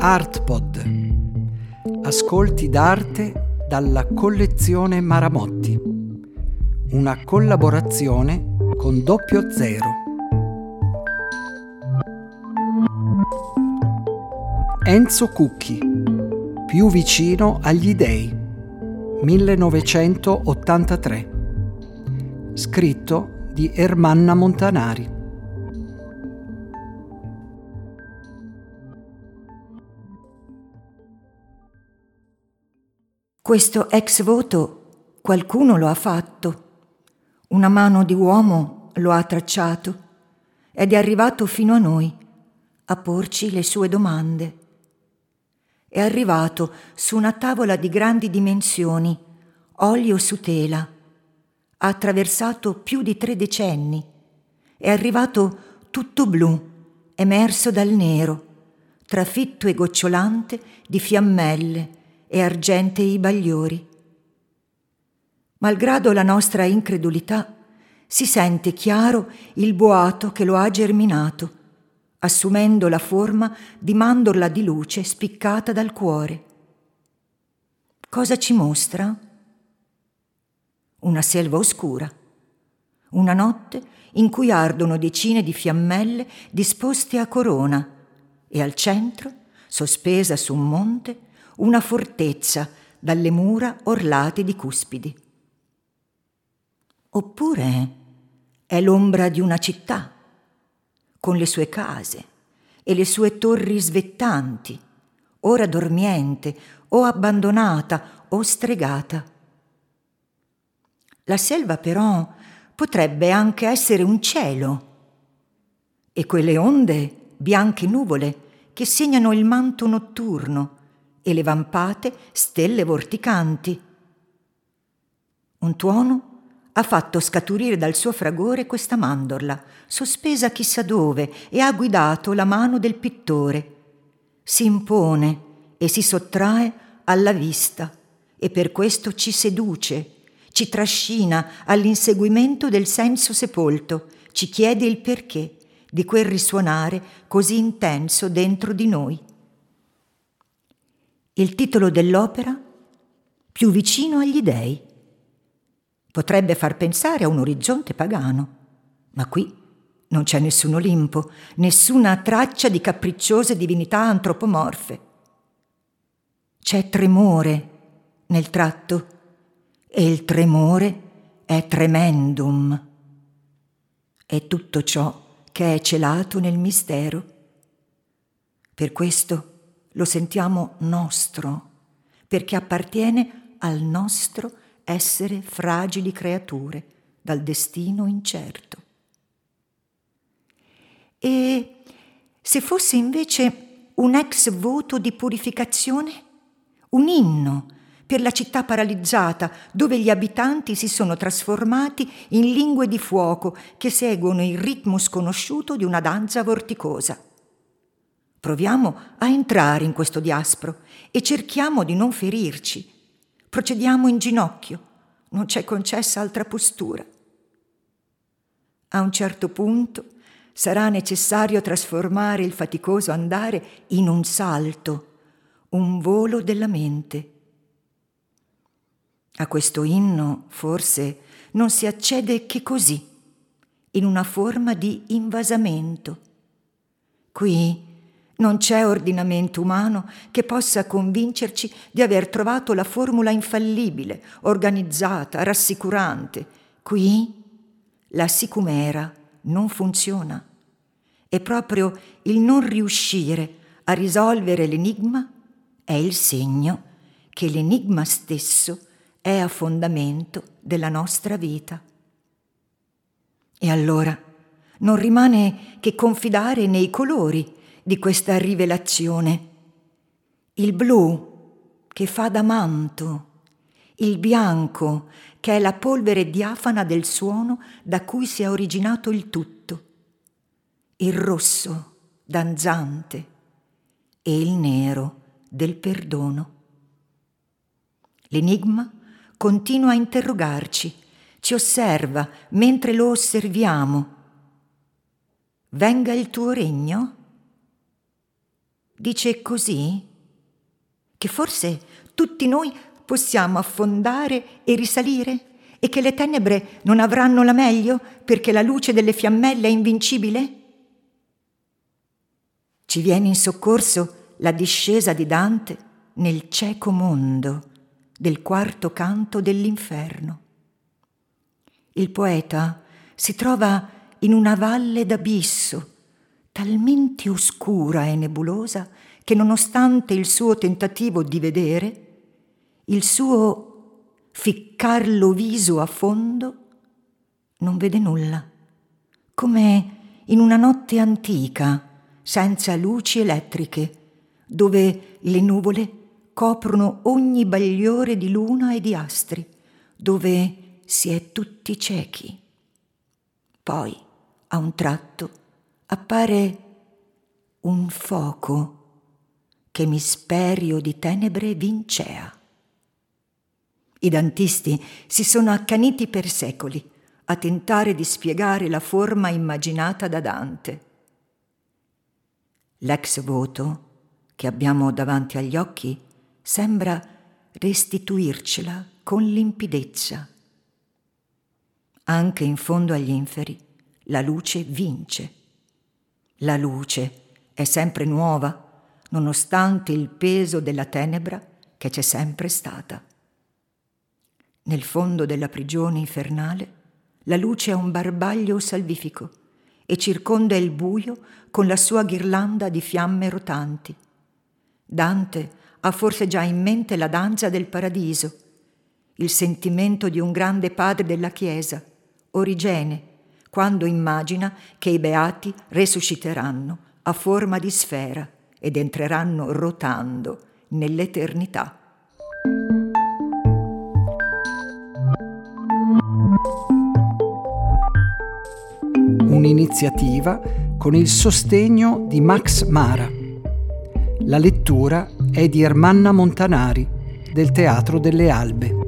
Artpod. Ascolti d'arte dalla collezione Maramotti. Una collaborazione con Doppio Zero. Enzo Cucchi. Più vicino agli dei. 1983. Scritto di Ermanna Montanari. Questo ex voto qualcuno lo ha fatto, una mano di uomo lo ha tracciato ed è arrivato fino a noi a porci le sue domande. È arrivato su una tavola di grandi dimensioni, olio su tela, ha attraversato più di 3 decenni, è arrivato tutto blu, emerso dal nero, trafitto e gocciolante di fiammelle e argentei bagliori. Malgrado la nostra incredulità, si sente chiaro il boato che lo ha germinato, assumendo la forma di mandorla di luce spiccata dal cuore. Cosa ci mostra? Una selva oscura, una notte in cui ardono decine di fiammelle disposte a corona e al centro, sospesa su un monte, una fortezza dalle mura orlate di cuspidi. Oppure è l'ombra di una città, con le sue case e le sue torri svettanti, ora dormiente o abbandonata o stregata. La selva però potrebbe anche essere un cielo, e quelle onde, bianche nuvole, che segnano il manto notturno, e le vampate stelle vorticanti. Un tuono ha fatto scaturire dal suo fragore questa mandorla, sospesa chissà dove, e ha guidato la mano del pittore. Si impone e si sottrae alla vista, e per questo ci seduce, ci trascina all'inseguimento del senso sepolto, ci chiede il perché di quel risuonare così intenso dentro di noi. Il titolo dell'opera? Più vicino agli dei. Potrebbe far pensare a un orizzonte pagano, ma qui non c'è nessun Olimpo, nessuna traccia di capricciose divinità antropomorfe. C'è tremore nel tratto, e il tremore è tremendum. È tutto ciò che è celato nel mistero. Per questo lo sentiamo nostro, perché appartiene al nostro essere fragili creature dal destino incerto. E se fosse invece un ex voto di purificazione? Un inno per la città paralizzata, dove gli abitanti si sono trasformati in lingue di fuoco che seguono il ritmo sconosciuto di una danza vorticosa. Proviamo a entrare in questo diaspro e cerchiamo di non ferirci. Procediamo in ginocchio, non c'è concessa altra postura. A un certo punto sarà necessario trasformare il faticoso andare in un salto, un volo della mente. A questo inno, forse, non si accede che così, in una forma di invasamento. Qui non c'è ordinamento umano che possa convincerci di aver trovato la formula infallibile, organizzata, rassicurante. Qui la sicumera non funziona. E proprio il non riuscire a risolvere l'enigma è il segno che l'enigma stesso è a fondamento della nostra vita. E allora non rimane che confidare nei colori di questa rivelazione. Il blu che fa da manto, il bianco che è la polvere diafana del suono da cui si è originato il tutto, il rosso danzante e il nero del perdono. L'enigma continua a interrogarci, ci osserva mentre lo osserviamo. Venga il tuo regno? dice così? Che forse tutti noi possiamo affondare e risalire e che le tenebre non avranno la meglio perché la luce delle fiammelle è invincibile? Ci viene in soccorso la discesa di Dante nel cieco mondo del quarto canto dell'inferno. Il poeta si trova in una valle d'abisso talmente oscura e nebulosa che nonostante il suo tentativo di vedere, il suo ficcarlo viso a fondo, non vede nulla, come in una notte antica, senza luci elettriche, dove le nuvole coprono ogni bagliore di luna e di astri, dove si è tutti ciechi. Poi, a un tratto, appare un foco che misperio di tenebre vincea. I dantisti si sono accaniti per secoli a tentare di spiegare la forma immaginata da Dante. L'ex voto che abbiamo davanti agli occhi sembra restituircela con limpidezza. Anche in fondo agli inferi la luce vince. La luce è sempre nuova, nonostante il peso della tenebra che c'è sempre stata. Nel fondo della prigione infernale la luce è un barbaglio salvifico e circonda il buio con la sua ghirlanda di fiamme rotanti. Dante ha forse già in mente la danza del paradiso, il sentimento di un grande padre della Chiesa, Origene, quando immagina che i beati resusciteranno a forma di sfera ed entreranno rotando nell'eternità. Un'iniziativa con il sostegno di Max Mara. La lettura è di Ermanna Montanari, del Teatro delle Albe.